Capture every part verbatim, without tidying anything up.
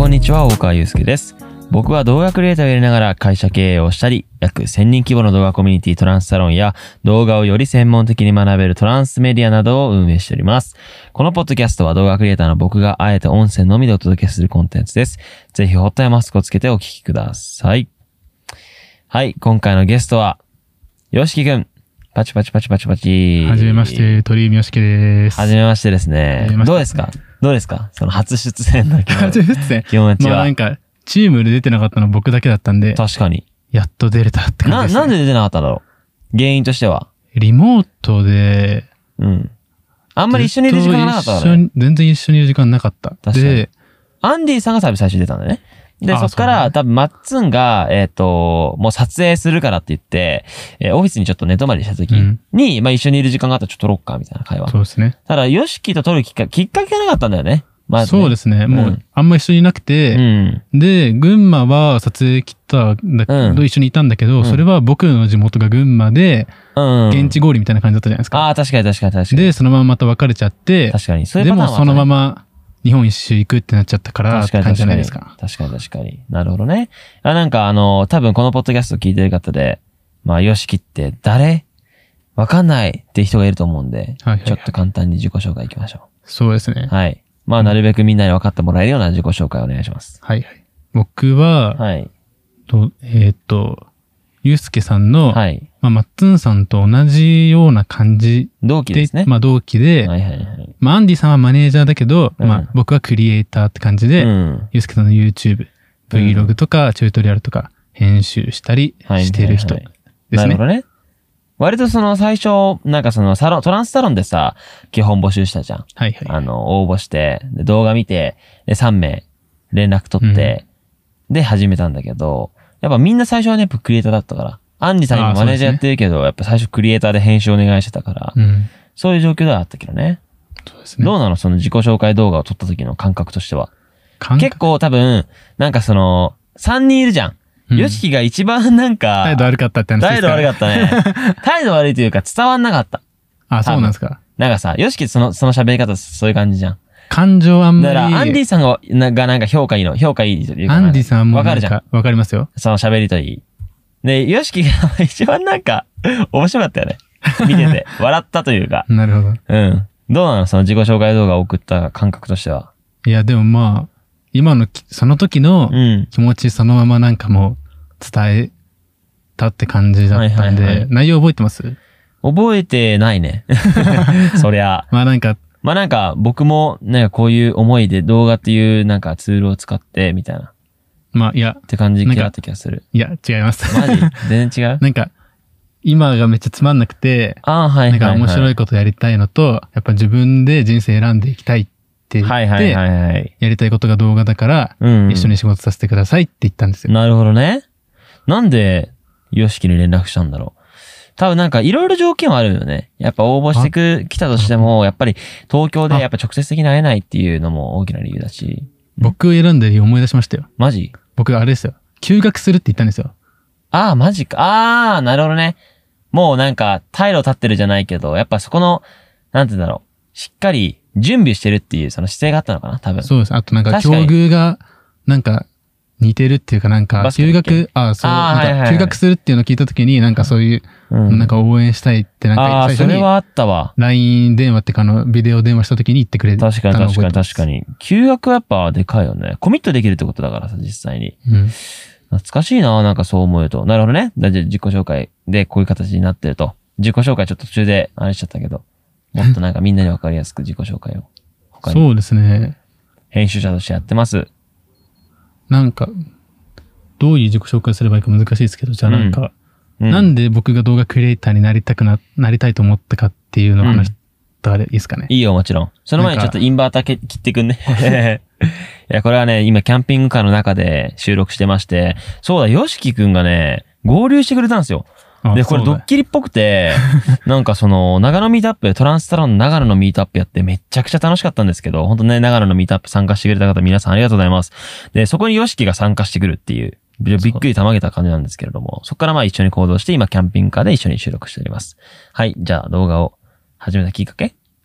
んにちは、大川祐介です。僕は動画クリエイターをやりながら会社経営をしたり、約せんにん規模の動画コミュニティトランスサロンや動画をより専門的に学べるトランスメディアなどを運営しております。このポッドキャストは動画クリエイターの僕があえて音声のみでお届けするコンテンツです。ぜひホットやマスクをつけてお聞きください。はい、今回のゲストは、よしきくん。パチパチパチパチパチ。 はじめまして、鳥居よしきです。 はじめましてですね。どうですかどうですかその初出演の気持ち。 初出演気持ちは。 まあなんか、チームで出てなかったのは僕だけだったんで。 確かに。 やっと出れたって感じです、ね。 な、なんで出てなかったんだろう原因としては。 リモートで、 うん。あんまり一緒にいる時間がなかったからね。 全然一緒にいる時間なかった。 確かに。で、アンディさんが最初出たんだよね。で、そっから、多分、マッツンが、えっと、もう撮影するからって言って、えー、オフィスにちょっと寝泊まりした時に、うん、まあ一緒にいる時間があったらちょっと撮ろっか、みたいな会話。 そうですね。 ただ、ヨシキと撮るきっかけ、きっかけがなかったんだよね。まず、ね。 そうですね。もう、あんま一緒にいなくて、うん、で、群馬は撮影来たんだけど、うん、一緒にいたんだけど、うん、それは僕の地元が群馬で、うん、現地合理みたいな感じだったじゃないですか。 ああ、確かに確かに確かに。 で、そのまままた別れちゃって、 確かに。そういうパターンはあったね。 でもそのまま、日本一周行くってなっちゃったから、って感じじゃないですか。 確かに確かに。なるほどね。あ、なんかあの、多分このポッドキャスト聞いてる方で、まあ、ヨシキって誰わかんないって人がいると思うんで、はいはいはい、ちょっと簡単に自己紹介いきましょう。 そうですね。 はい。まあ、なるべくみんなに分かってもらえるような自己紹介をお願いします。 はいはい。僕は、はい。とえー、っと、ゆうすけさんの、はい。まあ、マッツンさんと同じような感じで。 同期ですね。 まあ、同期で、はいはいはい。まあ、アンディさんはマネージャーだけど、うん、まあ、僕はクリエイターって感じで、うん、ゆうすけさんの YouTube、Vlog とか、チュートリアルとか、編集したりしてる人ですね。 なるほどね。割とその最初、なんかそのサロン、トランスサロンでさ、基本募集したじゃん。はいはい。あの、応募して、で動画見て、で、さんめい連絡取って、うん、で、始めたんだけど、やっぱみんな最初はね、クリエイターだったから、アンディさんにもマネージャーやってるけど、ね、やっぱ最初クリエイターで編集お願いしてたから、うん、そういう状況ではあったけどね。そうですね。どうなのその自己紹介動画を撮った時の感覚としては。結構多分、なんかその、さんにんいるじゃん。ヨシキが一番なんか、 態度悪かったって話ですか？ 態度悪かったね。態度悪いというか伝わんなかった。 あ、そうなんですか。 なんかさ、ヨシキその、その喋り方そういう感じじゃん。 感情あんまり。 だから、アンディさんが、ながなんか評価いいの。評価いいというか。 アンディさんもわかるじゃん。わかりますよ。 その喋りといい。で、ヨシキが一番なんか、面白かったよね。見てて。笑ったというか。 なるほど。 うん。どうなのその自己紹介動画を送った感覚としては。 いや、でもまあ、今の、その時の気持ちそのままなんかもう、伝えたって感じだったんで、はいはいはい、内容覚えてます？ 覚えてないね。そりゃ。 まあなんか、 まあなんか僕もなんかこういう思いで動画っていうなんかツールを使ってみたいな。 まあいや。 って感じだった気がする。 いや、違います。 マジ全然違うなんか、今がめっちゃつまんなくて、 ああ、はいはいはい。 なんか面白いことやりたいのと、やっぱ自分で人生選んでいきたいって言って、はいはいはいはい、やりたいことが動画だから、うん、一緒に仕事させてくださいって言ったんですよ。 なるほどね。なんで、ヨシキに連絡したんだろう。多分なんかいろいろ条件はあるよね。やっぱ応募してく、来たとしても、やっぱり東京でやっぱ直接的に会えないっていうのも大きな理由だし。 僕選んで思い出しましたよ。 マジ？ 僕あれですよ。休学するって言ったんですよ。 ああ、マジか。ああ、なるほどね。もうなんか、退路立ってるじゃないけど、やっぱそこの、なんて言うんだろう。しっかり準備してるっていうその姿勢があったのかな、多分。 そうです。あとなんか境遇が、なんか、似てるっていうかなんか、休学、ああ、そう、なんか休学するっていうのを聞いたときに、なんかそういう、なんか応援したいってなんか最初に、それはあったわ。 ライン 電話っていうかあの、ビデオ電話したときに言ってくれたのを覚えてます。 確かに確かに確かに。休学はやっぱでかいよね。コミットできるってことだからさ、実際に。うん、懐かしいな、なんかそう思うと。なるほどね。だじゃ自己紹介でこういう形になってると。自己紹介ちょっと途中であれしちゃったけど、もっとなんかみんなにわかりやすく自己紹介を。 他にそうですね。 編集者としてやってます。 なんか、どういう自己紹介すればいいか難しいですけど、じゃあなんか、うんうん、なんで僕が動画クリエイターになりたくな、なりたいと思ったかっていうのを話したらいいですかね、 うん。いいよ、もちろん。その前にちょっとインバーター切ってくんね。いや、これはね、今キャンピングカーの中で収録してまして、そうだ、ヨシキくんがね、合流してくれたんですよ。で、これドッキリっぽくて、なんかその、長野ミートアップ、トランスサロンの長野のミートアップやってめっちゃくちゃ楽しかったんですけど、ほんとね、長野のミートアップ参加してくれた方皆さんありがとうございます。で、そこにヨシキが参加してくるっていう、びっくりたまげた感じなんですけれども、そこからまあ一緒に行動して、今キャンピングカーで一緒に収録しております。はい、じゃあ動画を始めたきっかけ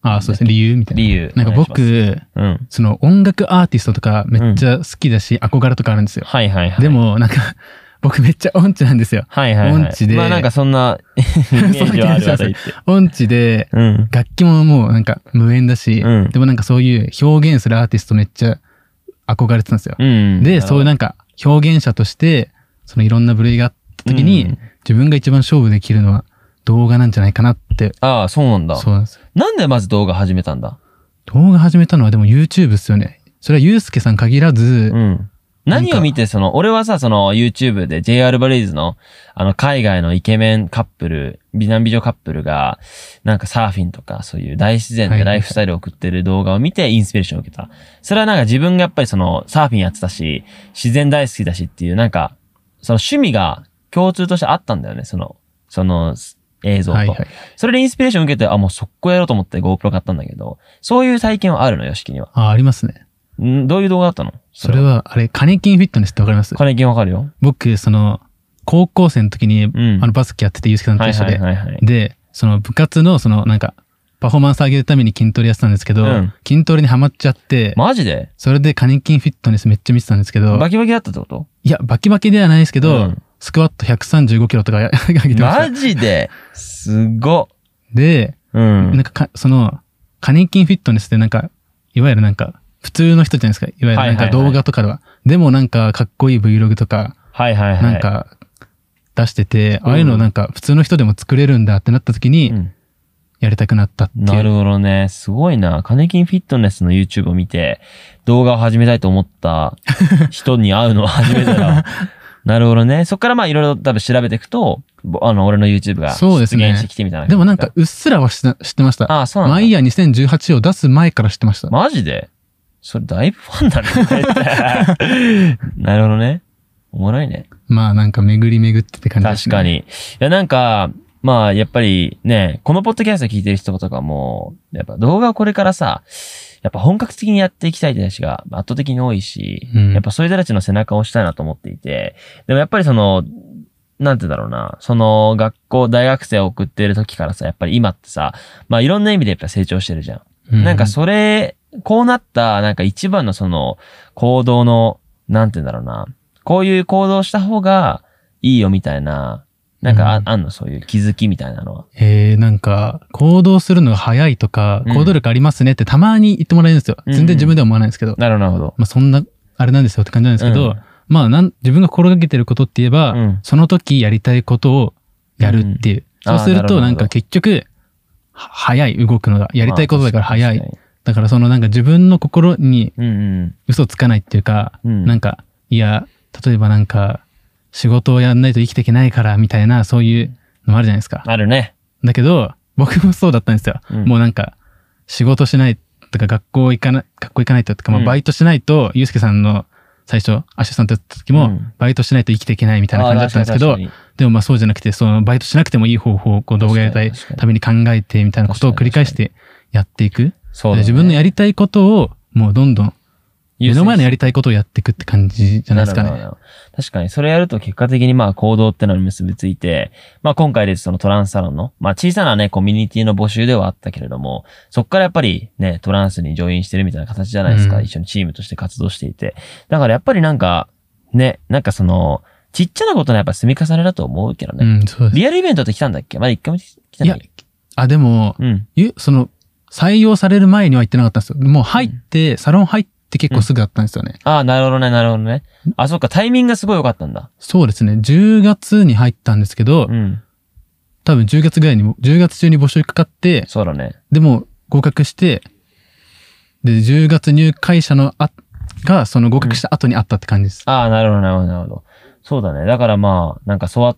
ああ、そうですね。理由みたいな。 理由。 なんか僕、うん、その音楽アーティストとかめっちゃ好きだし、うん、憧れとかあるんですよ。 はいはいはい。 でも、なんか、僕めっちゃ音痴なんですよ。 はいはいはい。 音痴で。 まあなんかそんなイメージはあるわと言って。 音痴で、うん、楽器ももうなんか無縁だし、うん、でもなんかそういう表現するアーティストめっちゃ憧れてたんですよ。うん、で、そういうなんか表現者として、そのいろんな部類があった時に、うん、自分が一番勝負できるのは動画なんじゃないかなって。 ああ、そうなんだ。 そうなんです。 なんでまず動画始めたんだ？ 動画始めたのはでも YouTube ですよね。それはゆうすけさん限らず、 うん、何を見て、その、俺はさ、その YouTube で ジェイアール バリーズの、あの、海外のイケメンカップル、美男美女カップルが、なんかサーフィンとか、そういう大自然でライフスタイルを送ってる動画を見てインスピレーションを受けた。それはなんか自分がやっぱりその、サーフィンやってたし、自然大好きだしっていう、なんか、その趣味が共通としてあったんだよね、その、その、映像と。はいはい、それでインスピレーションを受けて、あ、もう速攻やろうと思って GoPro 買ったんだけど、そういう体験はあるのよ、式には。 あ、ありますね。 んどういう動画だったの？ それは、あれ、カネキンフィットネスってわかります？ カネキンわかるよ。 僕、その、高校生の時に、うん、あの、バスケやってて、ゆうすけさんと一緒で。はいはいはいはい、で、その部活の、その、なんか、パフォーマンス上げるために筋トレやってたんですけど、うん、筋トレにハマっちゃって。 マジで？ それでカネキンフィットネスめっちゃ見てたんですけど。 バキバキだったってこと？ いや、バキバキではないですけど、うん、スクワットひゃくさんじゅうごキロとか上げてました。 マジですごっ。 で、うん、なんかか、その、カネキンフィットネスってなんか、いわゆるなんか、普通の人じゃないですか。いわゆるなんか動画とかでは。はいはいはい、でもなんかかっこいい Vlog とか、 はいはいはい、 なんか出してて、うん、ああいうのなんか普通の人でも作れるんだってなった時に、やりたくなったっていう。 なるほどね。すごいな。カネキンフィットネスの YouTube を見て、動画を始めたいと思った人に会うのは初めてだわ。なるほどね。そっからまあいろいろ多分調べていくと、あの、俺の YouTube が出現してきてみたいな。 でもなんかうっすらは知ってました。 ああ、そうなんだ。 マイヤーにせんじゅうはちを出す前から知ってました。 マジで？それだいぶファンだね。なるほどね。おもろいね。 まあなんか巡り巡ってって感じですね。 確かに。いやなんか、まあやっぱりね、このポッドキャスト聞いてる人とかも、やっぱ動画をこれからさ、やっぱ本格的にやっていきたい人たちが圧倒的に多いし、うん、やっぱそういう人たちの背中を押したいなと思っていて、でもやっぱりその、なんて言うんだろうな、その学校、大学生を送ってる時からさ、やっぱり今ってさ、まあいろんな意味でやっぱ成長してるじゃん。うん、なんかそれ、こうなった、なんか一番のその行動の、なんて言うんだろうな、こういう行動した方がいいよみたいな、なんかあ、うん、あんのそういう気づきみたいなのは。 えー、なんか、行動するのが早いとか、行動力ありますねってたまに言ってもらえるんですよ。うん、全然自分では思わないんですけど。 なるほど。 まあそんな、あれなんですよって感じなんですけど、うん、まあなん、自分が心がけてることって言えば、うん、その時やりたいことをやるっていう。うん、そうするとなんか結局、早い動くのが、やりたいことだから早い。だからそのなんか自分の心に嘘つかないっていうか、うんうん、なんか、いや、例えばなんか、仕事をやんないと生きていけないからみたいな、そういうのもあるじゃないですか。 あるね。 だけど、僕もそうだったんですよ。うん、もうなんか、仕事しないとか学校行かない、学校行かないととか、まあバイトしないと、ゆうすけさんの最初、アシュさんとやった時も、うん、バイトしないと生きていけないみたいな感じだったんですけど、でもまあそうじゃなくて、そのバイトしなくてもいい方法をこう動画やりたいために考えてみたいなことを繰り返してやっていく。そうだね、自分のやりたいことをもうどんどん目の前のやりたいことをやっていくって感じじゃないですかね。なるほど。 確かにそれやると結果的にまあ行動ってのに結びついて、まあ今回でそのトランスサロンの、まあ小さなねコミュニティの募集ではあったけれども、そっからやっぱりねトランスにジョインしてるみたいな形じゃないですか。うん、一緒にチームとして活動していて。だからやっぱりなんか、ね、なんかその、ちっちゃなことのやっぱ積み重ねだと思うけどね。うん、そうです。リアルイベントって来たんだっけ？まだ一回も来たんだっけ？いや、 あ、でも、うん、その、採用される前には行ってなかったんですよ。もう入って、うん、サロン入って結構すぐだったんですよね。 うん、ああ、なるほどね、なるほどね。あ、そっか、タイミングがすごい良かったんだ。 そうですね。じゅうがつに入ったんですけど、うん、多分じゅうがつぐらいにも、じゅうがつ中に募集かかって、 そうだね。 でも合格して、で、じゅうがつ入会者のあ、が、その合格した後にあったって感じです。 うん、ああ、なるほど、なるほど、なるほど。そうだね。だからまあ、なんかそうやって、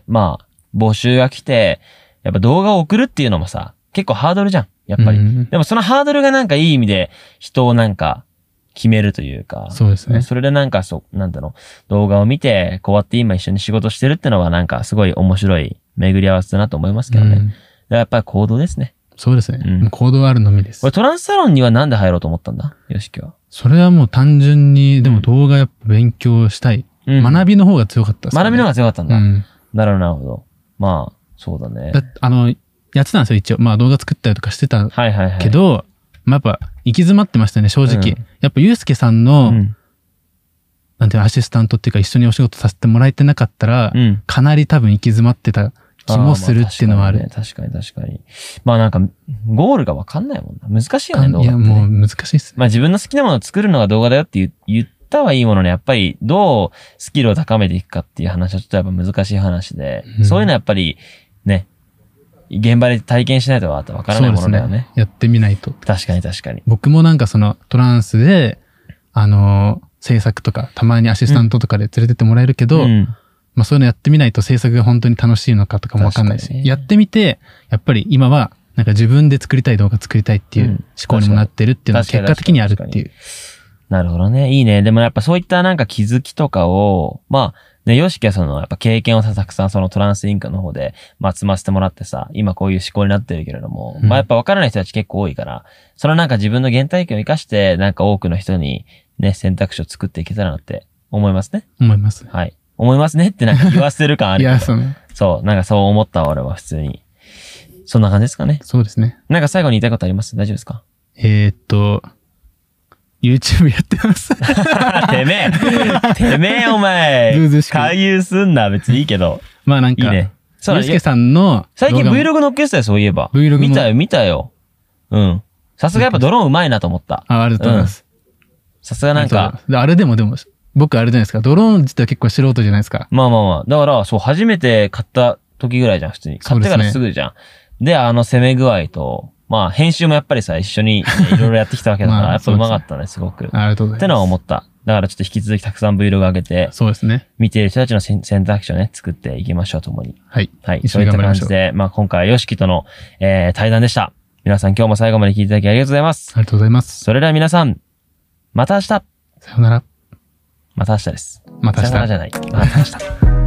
まあ、募集が来て、やっぱ動画を送るっていうのもさ、結構ハードルじゃん。やっぱり。うん、でもそのハードルがなんかいい意味で人をなんか決めるというか。 そうですね。 それでなんかそう、なんだろう、動画を見て、こうやって今一緒に仕事してるってのはなんかすごい面白い巡り合わせだなと思いますけどね。うん、やっぱり行動ですね。 そうですね。うん、行動あるのみです。 これトランスサロンにはなんで入ろうと思ったんだ？よしきは。 それはもう単純に、でも動画やっぱ勉強したい。うん、学びの方が強かったですね。 学びの方が強かったんだ。うん、なるほど、なるほど。まあ、そうだね。 だあの、 やってたんですよ、一応。まあ動画作ったりとかしてたけど、 はいはいはい、 まあやっぱ行き詰まってましたね、正直。うん、やっぱゆうすけさんの、うん、なんていうの、アシスタントっていうか一緒にお仕事させてもらえてなかったら、うん、かなり多分行き詰まってた気もするっていうのはある。 あ、まあ、確かに、ね、確かに確かに。まあなんか、ゴールがわかんないもんな。難しいよね、動画って、ね。 いや、もう難しいっす、ね。 まあ自分の好きなものを作るのが動画だよって言言ったはいいものね、やっぱりどうスキルを高めていくかっていう話はちょっとやっぱ難しい話で、うん、そういうのはやっぱりね、現場で体験しないとわからないものだよね。ね、 やってみないと。 確かに確かに。 僕もなんかそのトランスで、あのー、制作とか、たまにアシスタントとかで連れてってもらえるけど、うん、まあそういうのやってみないと制作が本当に楽しいのかとかもわかんないし、やってみて、やっぱり今はなんか自分で作りたい動画作りたいっていう思考にもなってるっていうのが結果的にあるっていう。 なるほどね。いいね。でもやっぱそういったなんか気づきとかを、まあ、ね、ヨシキはその、やっぱ経験をさ、たくさんそのトランスインクの方で、まあ、積ませてもらってさ、今こういう思考になってるけれども、うん、まあやっぱ分からない人たち結構多いから、そのなんか自分の原体験を生かして、なんか多くの人にね、選択肢を作っていけたらなって思いますね。 思います。 はい。思いますねってなんか言わせる感あるけど。 いや、そうね。 そう、なんかそう思ったわ、俺は普通に。そんな感じですかね。 そうですね。 なんか最後に言いたいことあります？大丈夫ですか？ えーっと、YouTube やってます。 てめえ、てめえお前、回遊すんな、別にいいけど。 まあなんか、いいね。そうゆうすけさんの、 最近 Vlog 載っけてたよ、そういえば。 Vlog 見たよ、見たよ。うん。さすがやっぱドローンうまいなと思った。 あ、ありがとうございます。 さすがなんか。 あれでもでも、僕あれじゃないですか。ドローン自体は結構素人じゃないですか。 まあまあまあ。だから、そう、初めて買った時ぐらいじゃん、普通に。買ってからすぐじゃん。で、あの攻め具合と、まあ、編集もやっぱりさ、一緒にいろいろやってきたわけだから、やっぱ上手かったね、すごく。 ありがとうございます。 ってのは思った。だからちょっと引き続きたくさん Vlog 上げて、 そうですね。 見ている人たちの選択肢をね、作っていきましょう、ともに。 はい。 はい。そういった感じで、まあ今回はヨシキとの、えー、対談でした。皆さん今日も最後まで聞いていただきありがとうございます。 ありがとうございます。 それでは皆さん、また明日。さよなら。 また明日です。 また明日。 さよならじゃない。また明日。